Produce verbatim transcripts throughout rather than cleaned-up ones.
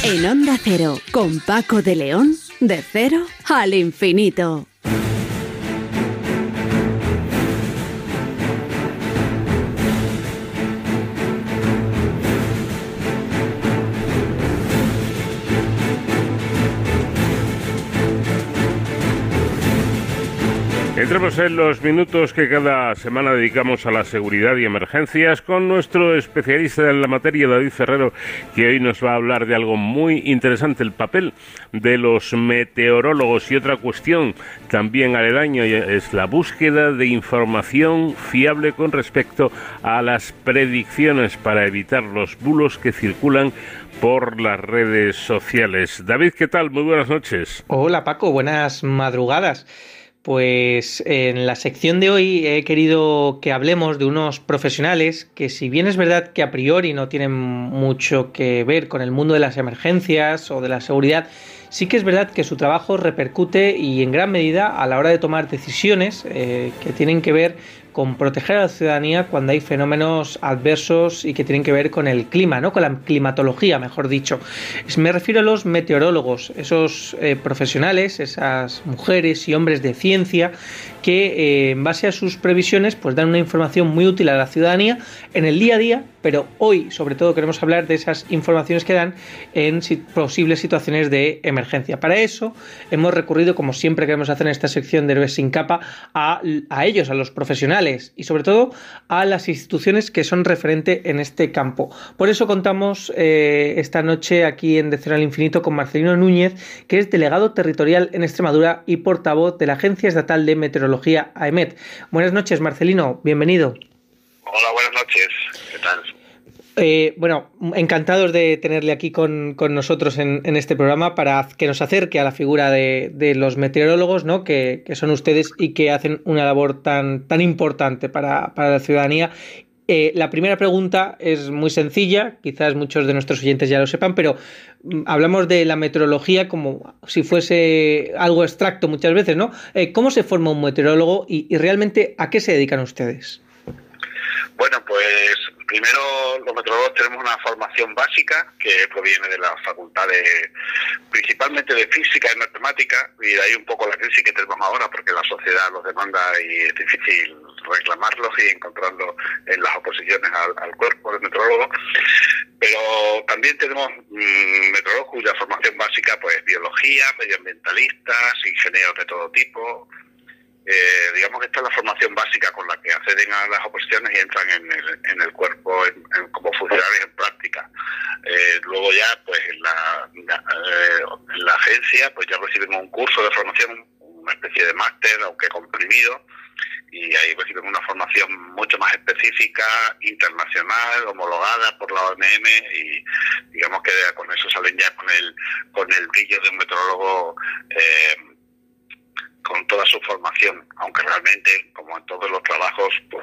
En Onda Cero, con Paco de León, de cero al infinito. Entremos en los minutos que cada semana dedicamos a la seguridad y emergencias con nuestro especialista en la materia, David Ferrero, que hoy nos va a hablar de algo muy interesante, el papel de los meteorólogos. Y otra cuestión también aledaña es la búsqueda de información fiable con respecto a las predicciones para evitar los bulos que circulan por las redes sociales. David, ¿qué tal? Muy buenas noches. Hola Paco, buenas madrugadas. Pues en la sección de hoy he querido que hablemos de unos profesionales que, si bien es verdad que a priori no tienen mucho que ver con el mundo de las emergencias o de la seguridad, sí que es verdad que su trabajo repercute y en gran medida a la hora de tomar decisiones eh, que tienen que ver con proteger a la ciudadanía cuando hay fenómenos adversos y que tienen que ver con el clima, ¿no? Con la climatología, mejor dicho. Me refiero a los meteorólogos, esos eh, profesionales, esas mujeres y hombres de ciencia que eh, en base a sus previsiones pues dan una información muy útil a la ciudadanía en el día a día, pero hoy sobre todo queremos hablar de esas informaciones que dan en si- posibles situaciones de emergencia. Para eso hemos recurrido, como siempre queremos hacer en esta sección de Héroes sin Capa, a, a ellos, a los profesionales y sobre todo a las instituciones que son referente en este campo. Por eso contamos eh, esta noche aquí en De Cero al Infinito con Marcelino Núñez, que es delegado territorial en Extremadura y portavoz de la Agencia Estatal de Meteorología, AEMET. Buenas noches, Marcelino, bienvenido. Hola, buenas noches, ¿qué tal? Eh, bueno, encantados de tenerle aquí con, con nosotros en, en este programa para que nos acerque a la figura de, de los meteorólogos, ¿no? que, que son ustedes y que hacen una labor tan, tan importante para, para la ciudadanía. Eh, la primera pregunta es muy sencilla, quizás muchos de nuestros oyentes ya lo sepan, pero mm, hablamos de la meteorología como si fuese algo abstracto muchas veces, ¿no? Eh, ¿Cómo se forma un meteorólogo y, y realmente a qué se dedican ustedes? Bueno, pues primero los meteorólogos tenemos una formación básica que proviene de la facultad de, principalmente de física y matemática, y de ahí un poco la crisis que tenemos ahora porque la sociedad los demanda y es difícil reclamarlos y encontrarlos en las oposiciones al, al cuerpo de meteorólogos. Pero también tenemos mmm, meteorólogos cuya formación básica pues biología, medioambientalistas, ingenieros de todo tipo. Eh, digamos que esta es la formación básica con la que acceden a las oposiciones y entran en el, en el cuerpo en, en, como funcionarios en práctica. Eh, luego ya, pues en la, la, eh, en la agencia, pues ya reciben un curso de formación, una especie de máster, aunque comprimido, y ahí reciben una formación mucho más específica, internacional, homologada por la O M M, y digamos que con eso salen ya con el, con el brillo de un meteorólogo eh, con toda su formación, aunque realmente, como en todos los trabajos, pues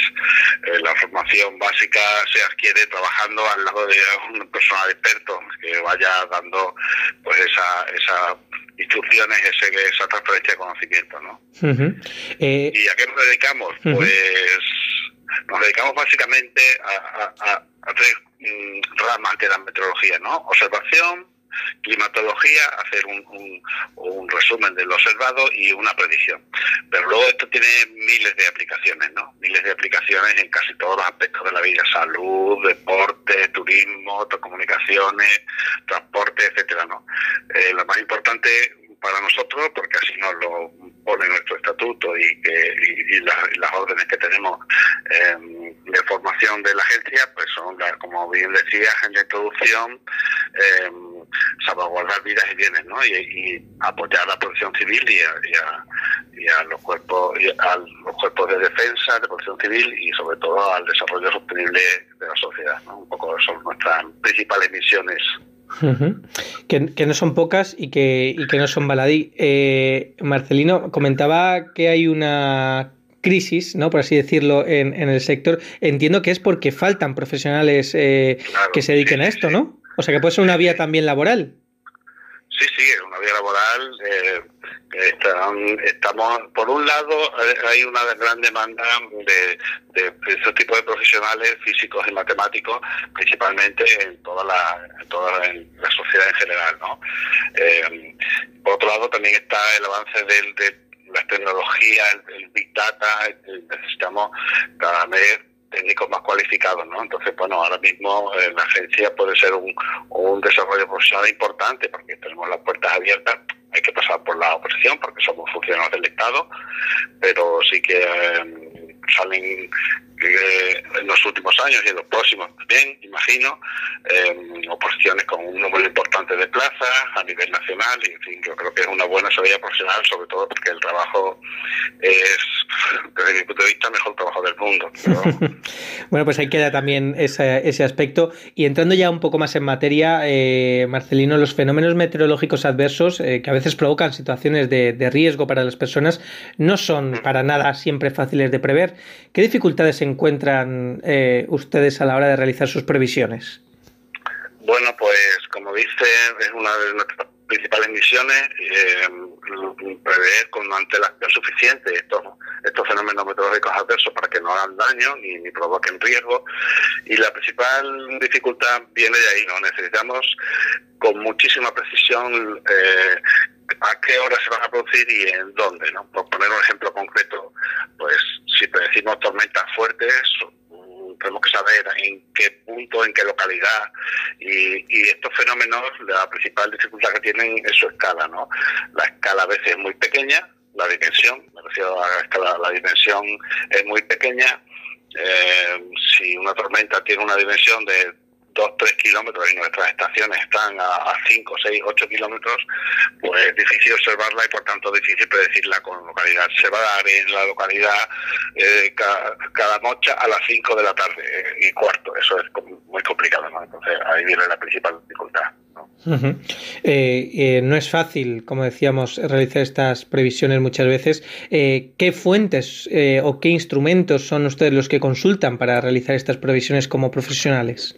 eh, la formación básica se adquiere trabajando al lado de un personal experto que vaya dando pues esa esa instrucciones, ese, esa transferencia de conocimiento, ¿no? Uh-huh. Eh... ¿Y a qué nos dedicamos? Uh-huh. Pues nos dedicamos básicamente a, a, a, a tres mm, ramas de la meteorología, ¿no? Observación, climatología, hacer un, un, un resumen de lo observado y una predicción. Pero luego esto tiene miles de aplicaciones, ¿no? Miles de aplicaciones en casi todos los aspectos de la vida: salud, deporte, turismo, comunicaciones, transporte, etcétera, ¿no? Eh, lo más importante para nosotros, porque así nos lo pone nuestro estatuto y, que, y, y, las, y las órdenes que tenemos eh, de formación de la agencia, pues son, las, como bien decías en la introducción, eh, salvaguardar vidas y bienes, ¿no? Y, y apoyar a la protección civil y a, y a, y a los cuerpos y a los cuerpos de defensa, de protección civil y sobre todo al desarrollo sostenible de la sociedad, ¿no? Un poco son nuestras principales misiones. Uh-huh. Que, que no son pocas y que, y que no son baladí. Eh, Marcelino comentaba que hay una crisis, ¿no? Por así decirlo, en, en el sector. Entiendo que es porque faltan profesionales eh, claro, que se dediquen sí, a esto, sí. ¿no? O sea que puede ser una vía también laboral. Sí, sí, es una vía laboral. Eh, están, estamos, por un lado, hay una gran demanda de, de, de esos tipos de profesionales físicos y matemáticos, principalmente en toda la, en toda la, en la sociedad en lado también está el avance del, de las tecnologías, el, el Big Data, el, necesitamos cada vez técnicos más cualificados, ¿no? Entonces, bueno, ahora mismo eh, la agencia puede ser un, un desarrollo profesional importante porque tenemos las puertas abiertas. Hay que pasar por la oposición porque somos funcionarios del Estado, pero sí que eh, salen eh, en los últimos años y en los próximos también, imagino, eh, oposiciones con un número importante de plazas a nivel nacional y, en fin, yo creo que es una buena salida profesional, sobre todo porque el trabajo es, desde mi punto de vista, el mejor trabajo del mundo. Pero... Bueno, pues ahí queda también ese, ese aspecto. Y entrando ya un poco más en materia, eh, Marcelino, los fenómenos meteorológicos adversos, eh, que a veces provocan situaciones de, de riesgo para las personas, no son para nada siempre fáciles de prever. ¿Qué dificultades encuentran eh, ustedes a la hora de realizar sus previsiones? Bueno, pues como dice, es una de nuestras principales misiones, eh, prever con una antelación suficiente estos, estos fenómenos meteorológicos adversos para que no hagan daño ni, ni provoquen riesgo. Y la principal dificultad viene de ahí, ¿no? Necesitamos con muchísima precisión eh, a qué hora se van a producir y en dónde, ¿no? Por poner un ejemplo concreto, pues si predecimos tormentas fuertes, tenemos que saber en qué punto, en qué localidad, y, y estos fenómenos, la principal dificultad que tienen es su escala, ¿no? La escala a veces es muy pequeña, la dimensión, me refiero a la escala, la dimensión es muy pequeña. Eh, si una tormenta tiene una dimensión de dos, tres kilómetros y nuestras estaciones están a cinco, seis, ocho kilómetros, pues es difícil observarla y por tanto difícil predecirla con localidad. Se va a dar en la localidad eh, cada, cada noche a las cinco de la tarde eh, y cuarto. Eso es muy complicado, ¿no? Entonces ahí viene la principal dificultad, ¿no? Uh-huh. Eh, eh, no es fácil, como decíamos, realizar estas previsiones muchas veces. Eh, ¿Qué fuentes eh, o qué instrumentos son ustedes los que consultan para realizar estas previsiones como profesionales?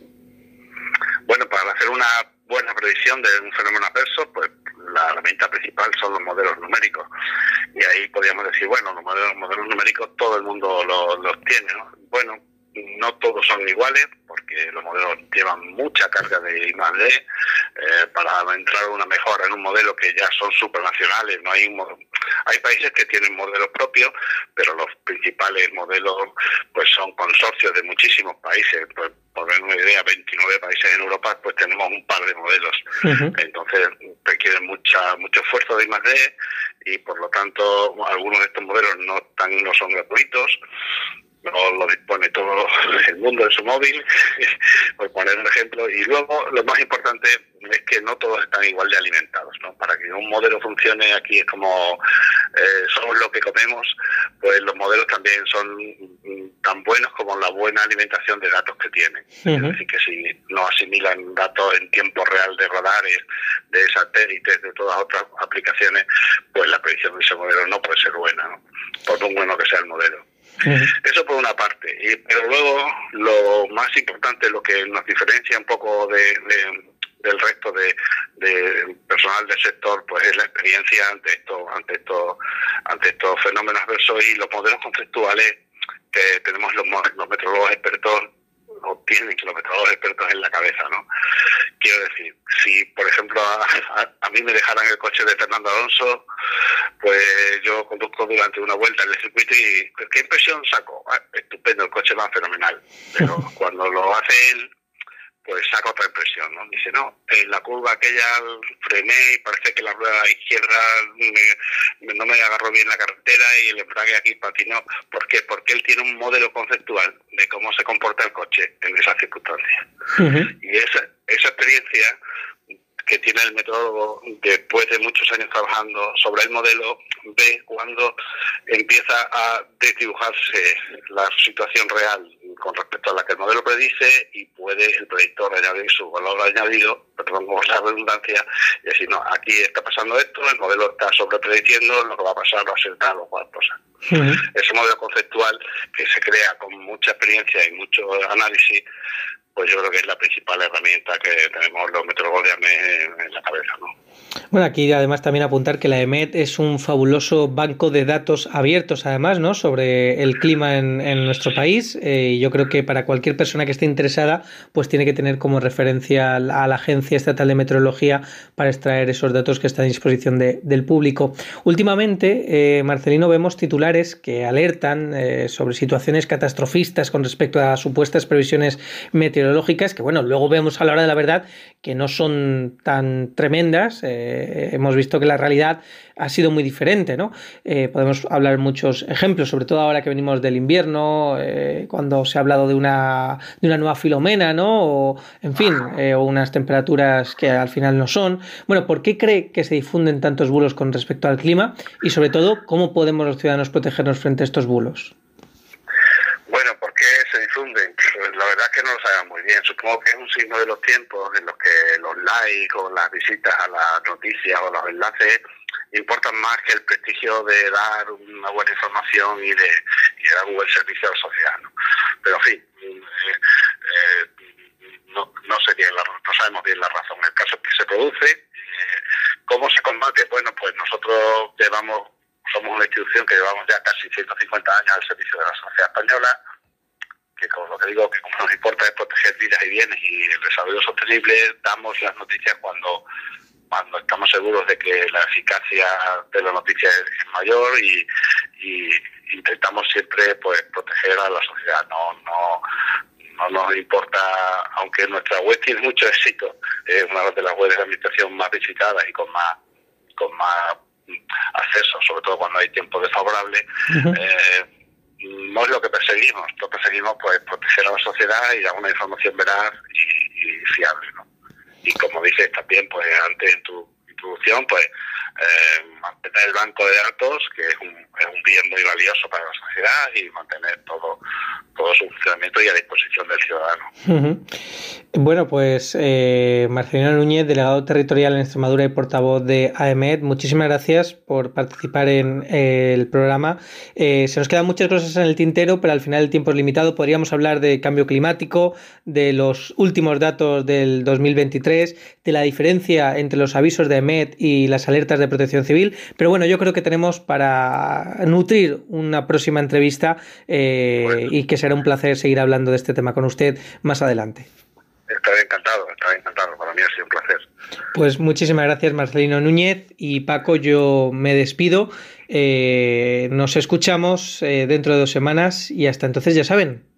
Bueno, para hacer una buena predicción de un fenómeno adverso, pues la herramienta principal son los modelos numéricos. Y ahí podríamos decir, bueno, los modelos, modelos numéricos todo el mundo los, los tiene, ¿no? Bueno, no todos son iguales, porque los modelos llevan mucha carga de I más D, eh, para entrar a una mejora en un modelo que ya son supranacionales. No hay un modelo. Hay países que tienen modelos propios, pero los principales modelos pues son consorcios de muchísimos países. Pues, por ver una idea, veintinueve países en Europa, pues tenemos un par de modelos. Uh-huh. Entonces requieren mucha mucho esfuerzo de I más D y por lo tanto algunos de estos modelos no, tan, no son gratuitos. No lo dispone todo el mundo en su móvil, por poner un ejemplo. Y luego, lo más importante es que no todos están igual de alimentados, ¿no? Para que un modelo funcione, aquí es como eh, somos lo que comemos, pues los modelos también son tan buenos como la buena alimentación de datos que tienen. Uh-huh. Es decir, que si no asimilan datos en tiempo real de radares, de satélites, de todas otras aplicaciones, pues la predicción de ese modelo no puede ser buena, ¿no? Por muy bueno que sea el modelo. Uh-huh. Eso por una parte, y, pero luego lo más importante, lo que nos diferencia un poco de, de, del resto de, de personal del sector, pues es la experiencia ante esto, ante estos, ante estos fenómenos adversos y los modelos conceptuales que tenemos los, los meteorólogos expertos, o tienen que los meteorólogos expertos en la cabeza, ¿no? Quiero decir, si por ejemplo a, a, a mí me dejaran el coche de Fernando Alonso, pues yo conduzco durante una vuelta en el circuito y ¿qué impresión saco? Ah, estupendo, el coche va fenomenal, pero cuando lo hace él, pues saca otra impresión, ¿no? Dice, no, en la curva aquella frené y parece que la rueda izquierda me, no me agarró bien la carretera y el embrague aquí patinó. ¿Por qué? Porque él tiene un modelo conceptual de cómo se comporta el coche en esas circunstancias. Uh-huh. Y esa, esa experiencia que tiene el meteorólogo después de muchos años trabajando sobre el modelo, ve cuando empieza a desdibujarse la situación real con respecto a la que el modelo predice y puede el predictor añadir su valor añadido, perdón, con la redundancia, y decir, no, aquí está pasando esto, el modelo está sobreprediciendo, lo que va a pasar va a ser tal o cual cosa. Uh-huh. Ese modelo conceptual que se crea con mucha experiencia y mucho análisis, pues yo creo que es la principal herramienta que tenemos los meteorólogos en la cabeza, ¿no? Bueno, aquí además también apuntar que la E M E T es un fabuloso banco de datos abiertos, además, ¿no?, sobre el clima en, en nuestro país. Eh, yo creo que para cualquier persona que esté interesada, pues tiene que tener como referencia a la, a la Agencia Estatal de Meteorología para extraer esos datos que están a disposición de, del público. Últimamente, eh, Marcelino, vemos titulares que alertan eh, sobre situaciones catastrofistas con respecto a supuestas previsiones meteorológicas, que bueno, luego vemos a la hora de la verdad que no son tan tremendas. Eh, Eh, hemos visto que la realidad ha sido muy diferente, ¿no? Eh, podemos hablar muchos ejemplos, sobre todo ahora que venimos del invierno, eh, cuando se ha hablado de una, de una nueva Filomena, ¿no? O, en fin, eh, o unas temperaturas que al final no son. Bueno, ¿por qué cree que se difunden tantos bulos con respecto al clima? Y sobre todo, ¿cómo podemos los ciudadanos protegernos frente a estos bulos? Bueno, ¿por qué se difunden? Pues la verdad es que no lo sabemos muy bien. Supongo que es un signo de los tiempos en los que los likes o las visitas a las noticias o los enlaces importan más que el prestigio de dar una buena información y de, y de dar un buen servicio a la sociedad, ¿no? Pero en fin, eh, eh, no, no sé bien la, no sabemos bien la razón. El caso es que se produce. Eh, ¿Cómo se combate? Bueno, pues nosotros llevamos somos una institución que llevamos ya casi ciento cincuenta años al servicio de la sociedad española, que como lo que digo, que como nos importa es proteger vidas y bienes y el desarrollo sostenible, damos las noticias cuando cuando estamos seguros de que la eficacia de la noticia es mayor y, y intentamos siempre pues proteger a la sociedad. No, no, no nos importa, aunque nuestra web tiene mucho éxito, es una de las webs de administración más visitadas y con más con más acceso, sobre todo cuando hay tiempo desfavorable. Uh-huh. eh, no es lo que perseguimos, lo que perseguimos pues proteger a la sociedad y dar una información veraz y, y fiable, ¿no? Y como dices también, pues antes en tu introducción, pues eh, mantener el banco de datos, que es un, es un bien muy valioso para la sociedad, y mantener todo todo su funcionamiento y a disposición del ciudadano. Uh-huh. Bueno, pues eh, Marcelino Núñez, delegado territorial en Extremadura y portavoz de A E M E T, muchísimas gracias por participar en eh, el programa. Eh, se nos quedan muchas cosas en el tintero, pero al final el tiempo es limitado. Podríamos hablar de cambio climático, de los últimos datos del dos mil veintitrés, de la diferencia entre los avisos de A E M E T y las alertas de protección civil, pero bueno, yo creo que tenemos para nutrir una próxima entrevista eh, bueno. y que será un placer seguir hablando de este tema con usted más adelante. Estaré encantado, estaré encantado, para mí ha sido un placer. Pues muchísimas gracias, Marcelino Núñez, y Paco, yo me despido, eh, nos escuchamos eh, dentro de dos semanas y hasta entonces ya saben,